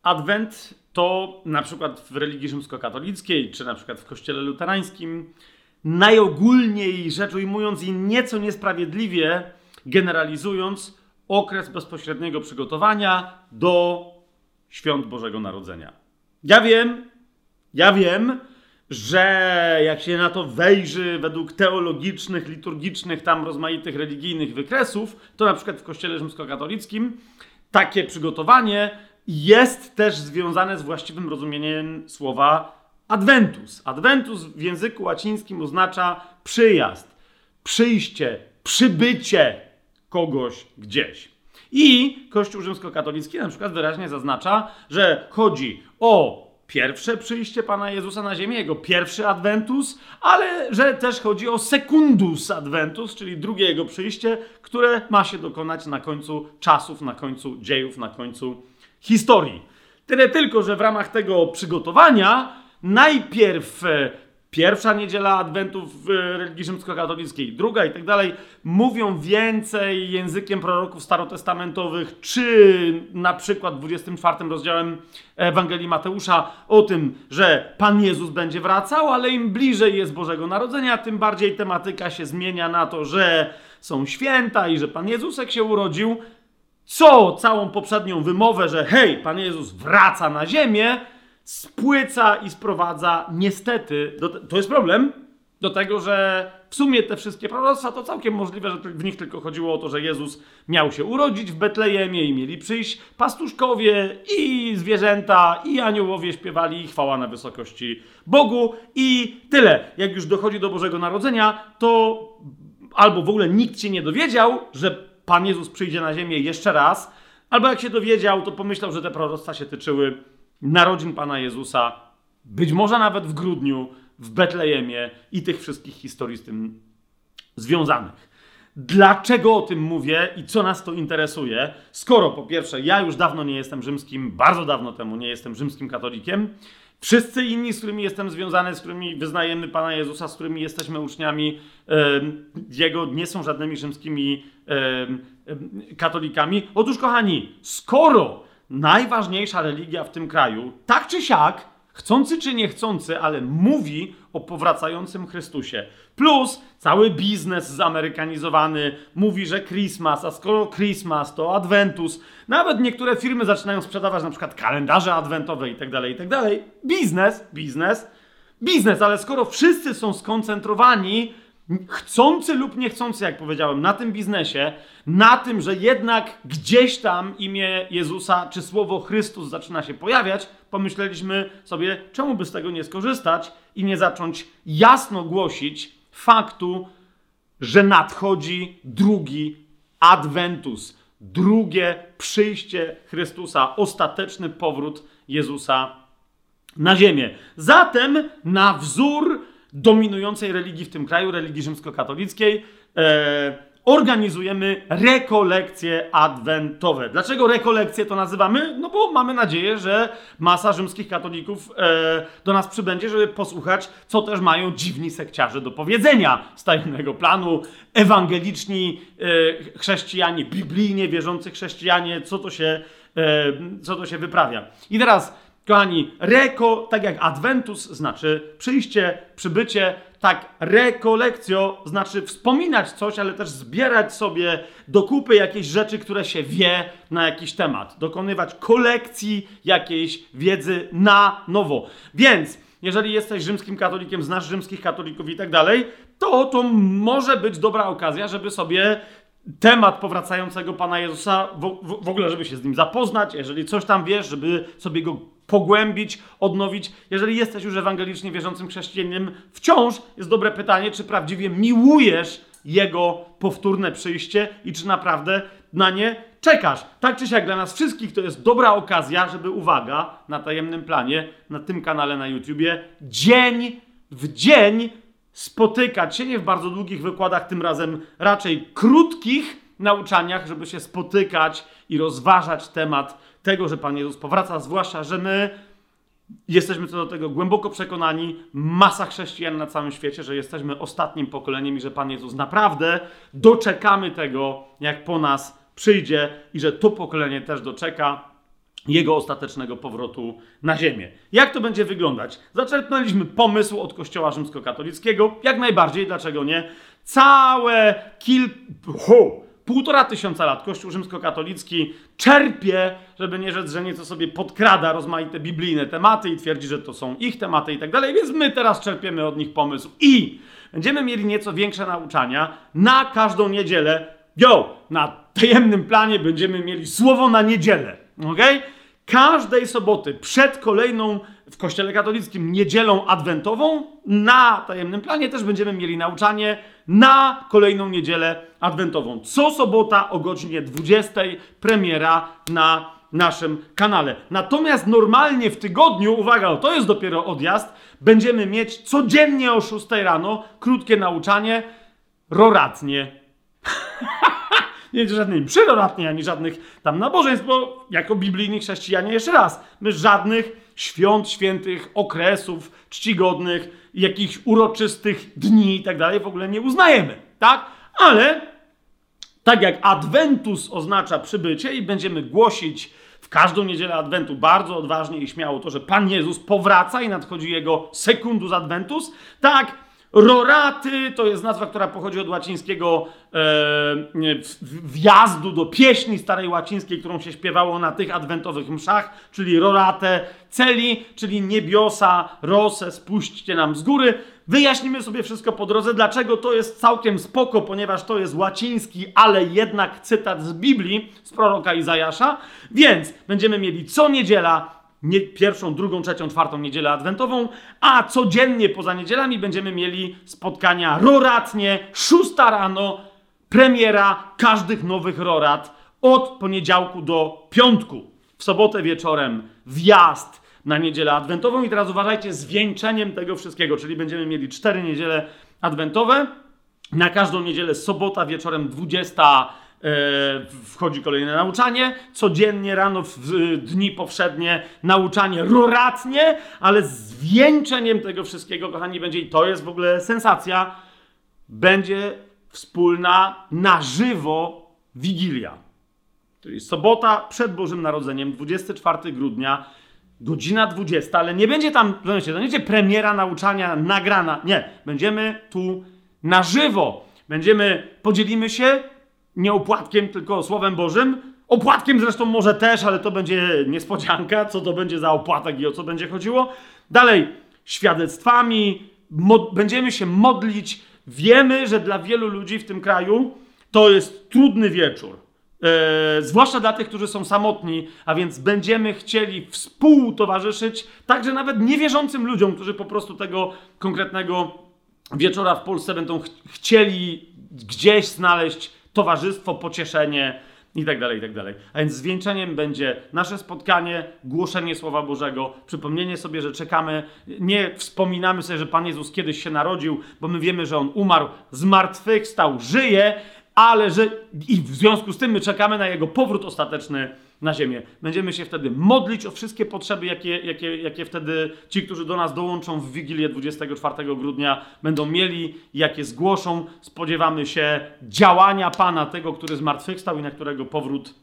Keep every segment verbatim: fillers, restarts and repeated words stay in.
Adwent to na przykład w religii rzymskokatolickiej, czy na przykład w kościele luterańskim, najogólniej rzecz ujmując i nieco niesprawiedliwie generalizując, okres bezpośredniego przygotowania do świąt Bożego Narodzenia. Ja wiem, ja wiem, że jak się na to wejrzy według teologicznych, liturgicznych, tam rozmaitych religijnych wykresów, to na przykład w kościele rzymskokatolickim takie przygotowanie jest też związane z właściwym rozumieniem słowa adventus. Adventus w języku łacińskim oznacza przyjazd, przyjście, przybycie kogoś gdzieś. I Kościół rzymskokatolicki na przykład wyraźnie zaznacza, że chodzi o pierwsze przyjście Pana Jezusa na ziemię, jego pierwszy adventus, ale że też chodzi o secundus adventus, czyli drugie jego przyjście, które ma się dokonać na końcu czasów, na końcu dziejów, na końcu historii. Tyle tylko, że w ramach tego przygotowania najpierw pierwsza niedziela adwentu w religii rzymskokatolickiej, druga i tak dalej, mówią więcej językiem proroków starotestamentowych, czy na przykład dwudziestym czwartym rozdziałem Ewangelii Mateusza o tym, że Pan Jezus będzie wracał, ale im bliżej jest Bożego Narodzenia, tym bardziej tematyka się zmienia na to, że są święta i że Pan Jezusek się urodził, co całą poprzednią wymowę, że hej, Pan Jezus wraca na ziemię, spłyca i sprowadza niestety, do te, to jest problem, do tego, że w sumie te wszystkie proroctwa to całkiem możliwe, że w nich tylko chodziło o to, że Jezus miał się urodzić w Betlejemie i mieli przyjść pastuszkowie i zwierzęta i aniołowie śpiewali chwała na wysokości Bogu i tyle. Jak już dochodzi do Bożego Narodzenia, to albo w ogóle nikt się nie dowiedział, że Pan Jezus przyjdzie na ziemię jeszcze raz, albo jak się dowiedział, to pomyślał, że te proroctwa się tyczyły narodzin Pana Jezusa, być może nawet w grudniu, w Betlejemie i tych wszystkich historii z tym związanych. Dlaczego o tym mówię i co nas to interesuje? Skoro po pierwsze ja już dawno nie jestem rzymskim, bardzo dawno temu nie jestem rzymskim katolikiem, wszyscy inni, z którymi jestem związany, z którymi wyznajemy Pana Jezusa, z którymi jesteśmy uczniami e, Jego, nie są żadnymi rzymskimi e, e, katolikami. Otóż kochani, skoro najważniejsza religia w tym kraju, tak czy siak, chcący czy niechcący, ale mówi o powracającym Chrystusie. Plus cały biznes zamerykanizowany mówi, że Christmas, a skoro Christmas to Adventus. Nawet niektóre firmy zaczynają sprzedawać na przykład kalendarze adwentowe i tak dalej, i tak dalej. Biznes, biznes, biznes, ale skoro wszyscy są skoncentrowani, chcący lub niechcący, jak powiedziałem, na tym biznesie, na tym, że jednak gdzieś tam imię Jezusa czy słowo Chrystus zaczyna się pojawiać, pomyśleliśmy sobie, czemu by z tego nie skorzystać i nie zacząć jasno głosić faktu, że nadchodzi drugi adwentus, drugie przyjście Chrystusa, ostateczny powrót Jezusa na ziemię. Zatem na wzór dominującej religii w tym kraju, religii rzymskokatolickiej, e, organizujemy rekolekcje adwentowe. Dlaczego rekolekcje to nazywamy? No bo mamy nadzieję, że masa rzymskich katolików e, do nas przybędzie, żeby posłuchać, co też mają dziwni sekciarze do powiedzenia z tajemnego planu, ewangeliczni e, chrześcijanie, biblijnie wierzący chrześcijanie, co to się, e, co to się wyprawia. I teraz kochani, reko, tak jak adventus znaczy przyjście, przybycie, tak rekolekcjo znaczy wspominać coś, ale też zbierać sobie do kupy jakieś rzeczy, które się wie na jakiś temat. Dokonywać kolekcji jakiejś wiedzy na nowo. Więc jeżeli jesteś rzymskim katolikiem, znasz rzymskich katolików i tak dalej, to to może być dobra okazja, żeby sobie temat powracającego Pana Jezusa, w, w, w ogóle żeby się z nim zapoznać, jeżeli coś tam wiesz, żeby sobie go pogłębić, odnowić. Jeżeli jesteś już ewangelicznie wierzącym chrześcijaninem, wciąż jest dobre pytanie, czy prawdziwie miłujesz Jego powtórne przyjście i czy naprawdę na nie czekasz. Tak czy siak dla nas wszystkich to jest dobra okazja, żeby, uwaga, na tajemnym planie, na tym kanale na YouTubie, dzień w dzień spotykać się, nie w bardzo długich wykładach, tym razem raczej krótkich nauczaniach, żeby się spotykać i rozważać temat tego, że Pan Jezus powraca, zwłaszcza, że my jesteśmy co do tego głęboko przekonani, masa chrześcijan na całym świecie, że jesteśmy ostatnim pokoleniem i że Pan Jezus naprawdę doczekamy tego, jak po nas przyjdzie i że to pokolenie też doczeka. Jego ostatecznego powrotu na ziemię. Jak to będzie wyglądać? Zaczerpnęliśmy pomysł od Kościoła rzymskokatolickiego, jak najbardziej, dlaczego nie? Całe kil... Ho, półtora tysiąca lat Kościół rzymskokatolicki czerpie, żeby nie rzec, że nieco sobie podkrada rozmaite biblijne tematy i twierdzi, że to są ich tematy i tak dalej, więc my teraz czerpiemy od nich pomysł i będziemy mieli nieco większe nauczania na każdą niedzielę. Jo, na tajemnym planie będziemy mieli słowo na niedzielę. Okay? Każdej soboty przed kolejną w Kościele katolickim niedzielą adwentową na tajemnym planie też będziemy mieli nauczanie na kolejną niedzielę adwentową. Co sobota o godzinie dwudziestej premiera na naszym kanale. Natomiast normalnie w tygodniu, uwaga, to jest dopiero odjazd, będziemy mieć codziennie o szóstej rano krótkie nauczanie roratnie. Nie żadnymi przyrodatnie, ani żadnych tam nabożeństw, bo jako biblijni chrześcijanie, jeszcze raz, my żadnych świąt, świętych, okresów czcigodnych, jakichś uroczystych dni i tak dalej w ogóle nie uznajemy, tak? Ale tak jak Adventus oznacza przybycie i będziemy głosić w każdą niedzielę Adwentu bardzo odważnie i śmiało to, że Pan Jezus powraca i nadchodzi Jego secundus Adventus, tak roraty to jest nazwa, która pochodzi od łacińskiego e, wjazdu do pieśni starej łacińskiej, którą się śpiewało na tych adwentowych mszach, czyli rorate celi, czyli niebiosa, rosę, spuśćcie nam z góry. Wyjaśnimy sobie wszystko po drodze, dlaczego to jest całkiem spoko, ponieważ to jest łaciński, ale jednak cytat z Biblii, z proroka Izajasza, więc będziemy mieli co niedziela Nie, pierwszą, drugą, trzecią, czwartą niedzielę adwentową, a codziennie poza niedzielami będziemy mieli spotkania roratnie, szósta rano, premiera każdych nowych rorat od poniedziałku do piątku. W sobotę wieczorem wjazd na niedzielę adwentową i teraz uważajcie, zwieńczeniem tego wszystkiego, czyli będziemy mieli cztery niedziele adwentowe, na każdą niedzielę sobota wieczorem dwudziesta wchodzi kolejne nauczanie, codziennie rano w dni powszednie nauczanie roratnie, ale zwieńczeniem tego wszystkiego, kochani, będzie, i to jest w ogóle sensacja, będzie wspólna na żywo Wigilia. Czyli sobota przed Bożym Narodzeniem, dwudziestego czwartego grudnia, godzina dwudziesta, ale nie będzie tam, to nie będzie premiera nauczania nagrana, nie, będziemy tu na żywo, będziemy, podzielimy się nie opłatkiem, tylko Słowem Bożym. Opłatkiem zresztą może też, ale to będzie niespodzianka, co to będzie za opłatek i o co będzie chodziło. Dalej, świadectwami, mo- będziemy się modlić. Wiemy, że dla wielu ludzi w tym kraju to jest trudny wieczór. E, zwłaszcza dla tych, którzy są samotni, a więc będziemy chcieli współtowarzyszyć także nawet niewierzącym ludziom, którzy po prostu tego konkretnego wieczora w Polsce będą ch- chcieli gdzieś znaleźć towarzystwo, pocieszenie i tak dalej, i tak dalej. A więc zwieńczeniem będzie nasze spotkanie, głoszenie Słowa Bożego, przypomnienie sobie, że czekamy, nie wspominamy sobie, że Pan Jezus kiedyś się narodził, bo my wiemy, że On umarł, zmartwychwstał, żyje, ale że i w związku z tym my czekamy na Jego powrót ostateczny na ziemię. Będziemy się wtedy modlić o wszystkie potrzeby, jakie, jakie, jakie wtedy ci, którzy do nas dołączą w Wigilię dwudziestego czwartego grudnia, będą mieli, jakie zgłoszą. Spodziewamy się działania Pana, tego, który zmartwychwstał i na którego powrót,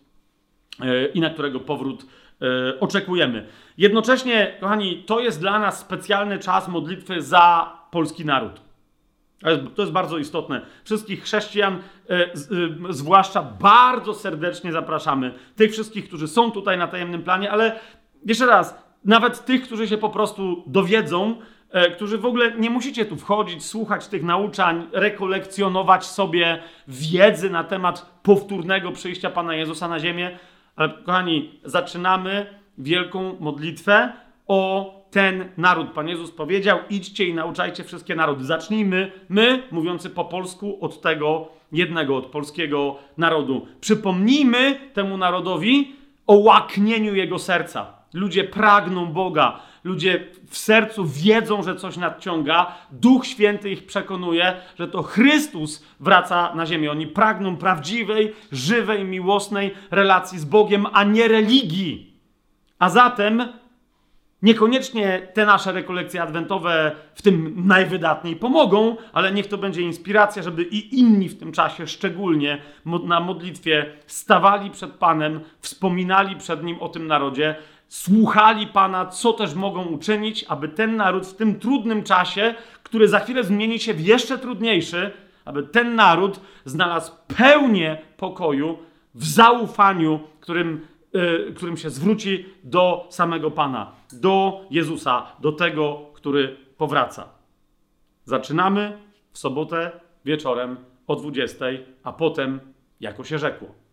yy, i na którego powrót yy, oczekujemy. Jednocześnie, kochani, to jest dla nas specjalny czas modlitwy za polski naród. To jest, to jest bardzo istotne. Wszystkich chrześcijan, e, e, zwłaszcza bardzo serdecznie zapraszamy. Tych wszystkich, którzy są tutaj na tajemnym planie, ale jeszcze raz, nawet tych, którzy się po prostu dowiedzą, e, którzy w ogóle nie musicie tu wchodzić, słuchać tych nauczań, rekolekcjonować sobie wiedzy na temat powtórnego przyjścia Pana Jezusa na ziemię. Ale kochani, zaczynamy wielką modlitwę o ten naród. Pan Jezus powiedział, idźcie i nauczajcie wszystkie narody. Zacznijmy, my, mówiący po polsku, od tego jednego, od polskiego narodu. Przypomnijmy temu narodowi o łaknieniu jego serca. Ludzie pragną Boga. Ludzie w sercu wiedzą, że coś nadciąga. Duch Święty ich przekonuje, że to Chrystus wraca na ziemię. Oni pragną prawdziwej, żywej, miłosnej relacji z Bogiem, a nie religii. A zatem Niekoniecznie te nasze rekolekcje adwentowe w tym najwydatniej pomogą, ale niech to będzie inspiracja, żeby i inni w tym czasie szczególnie na modlitwie stawali przed Panem, wspominali przed Nim o tym narodzie, słuchali Pana, co też mogą uczynić, aby ten naród w tym trudnym czasie, który za chwilę zmieni się w jeszcze trudniejszy, aby ten naród znalazł pełnię pokoju w zaufaniu, którym którym się zwróci do samego Pana, do Jezusa, do tego, który powraca. Zaczynamy w sobotę wieczorem o dwudziestej, a potem jako się rzekło.